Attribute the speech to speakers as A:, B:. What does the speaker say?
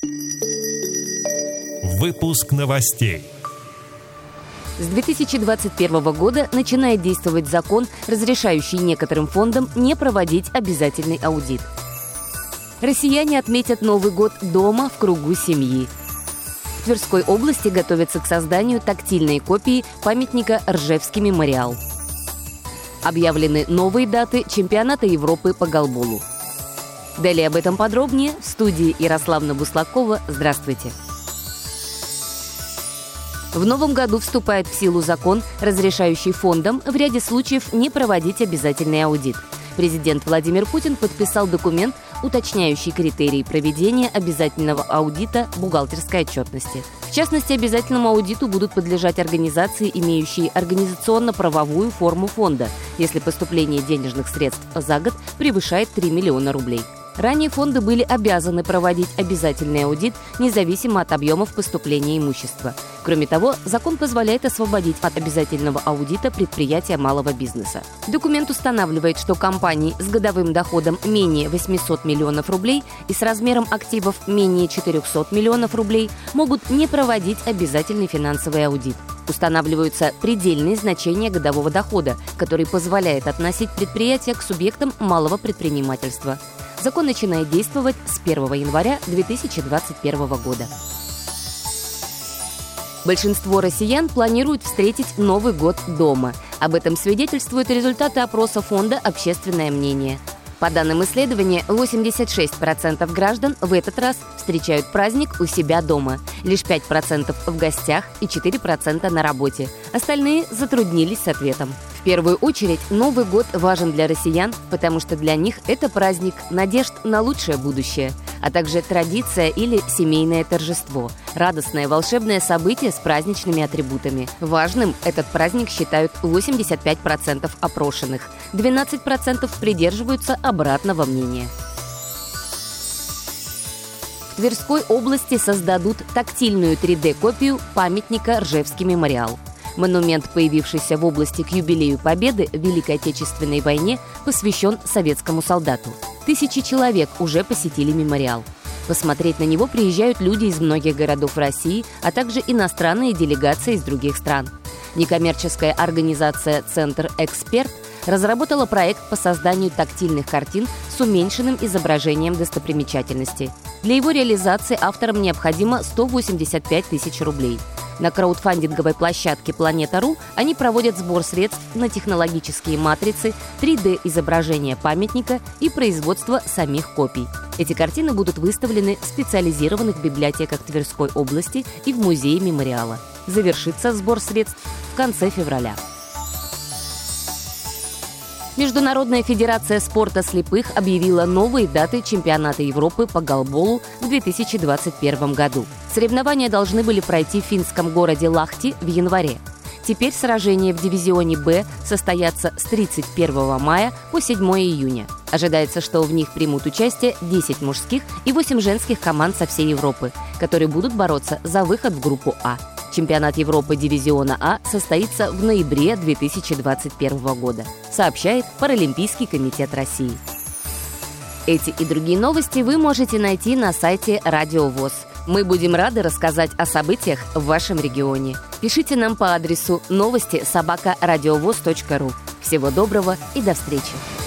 A: Выпуск новостей.
B: С 2021 года начинает действовать закон, разрешающий некоторым фондам не проводить обязательный аудит. Россияне отметят Новый год дома в кругу семьи. В Тверской области готовятся к созданию тактильной копии памятника Ржевский мемориал. Объявлены новые даты чемпионата Европы по голболу. Далее об этом подробнее в студии Ярославна Буслакова. Здравствуйте. В новом году вступает в силу закон, разрешающий фондам в ряде случаев не проводить обязательный аудит. Президент Владимир Путин подписал документ, уточняющий критерии проведения обязательного аудита бухгалтерской отчетности. В частности, обязательному аудиту будут подлежать организации, имеющие организационно-правовую форму фонда, если поступление денежных средств за год превышает 3 миллиона рублей. Ранее фонды были обязаны проводить обязательный аудит независимо от объемов поступления имущества. Кроме того, закон позволяет освободить от обязательного аудита предприятия малого бизнеса. Документ устанавливает, что компании с годовым доходом менее 800 миллионов рублей и с размером активов менее 400 миллионов рублей могут не проводить обязательный финансовый аудит. Устанавливаются предельные значения годового дохода, который позволяет относить предприятия к субъектам малого предпринимательства. Закон начинает действовать с 1 января 2021 года. Большинство россиян планируют встретить Новый год дома. Об этом свидетельствуют результаты опроса фонда «Общественное мнение». По данным исследования, 86% граждан в этот раз встречают праздник у себя дома, лишь 5% в гостях и 4% на работе. Остальные затруднились с ответом. В первую очередь, Новый год важен для россиян, потому что для них это праздник надежд на лучшее будущее, а также традиция или семейное торжество, радостное волшебное событие с праздничными атрибутами. Важным этот праздник считают 85% опрошенных, 12% придерживаются обратного мнения. В Тверской области создадут тактильную 3D-копию памятника Ржевский мемориал. Монумент, появившийся в области к юбилею Победы в Великой Отечественной войне, посвящен советскому солдату. Тысячи человек уже посетили мемориал. Посмотреть на него приезжают люди из многих городов России, а также иностранные делегации из других стран. Некоммерческая организация «Центр Эксперт» разработала проект по созданию тактильных картин с уменьшенным изображением достопримечательностей. Для его реализации авторам необходимо 185 тысяч рублей. На краудфандинговой площадке «Планета.ру» они проводят сбор средств на технологические матрицы, 3D-изображение памятника и производство самих копий. Эти картины будут выставлены в специализированных библиотеках Тверской области и в музее мемориала. Завершится сбор средств в конце февраля. Международная федерация спорта слепых объявила новые даты чемпионата Европы по голболу в 2021 году. Соревнования должны были пройти в финском городе Лахти в январе. Теперь сражения в дивизионе «Б» состоятся с 31 мая по 7 июня. Ожидается, что в них примут участие 10 мужских и 8 женских команд со всей Европы, которые будут бороться за выход в группу А. Чемпионат Европы дивизиона А состоится в ноябре 2021 года, сообщает Паралимпийский комитет России. Эти и другие новости вы можете найти на сайте Радио ВОС. Мы будем рады рассказать о событиях в вашем регионе. Пишите нам по адресу новости@радиовос.ру. Всего доброго и до встречи!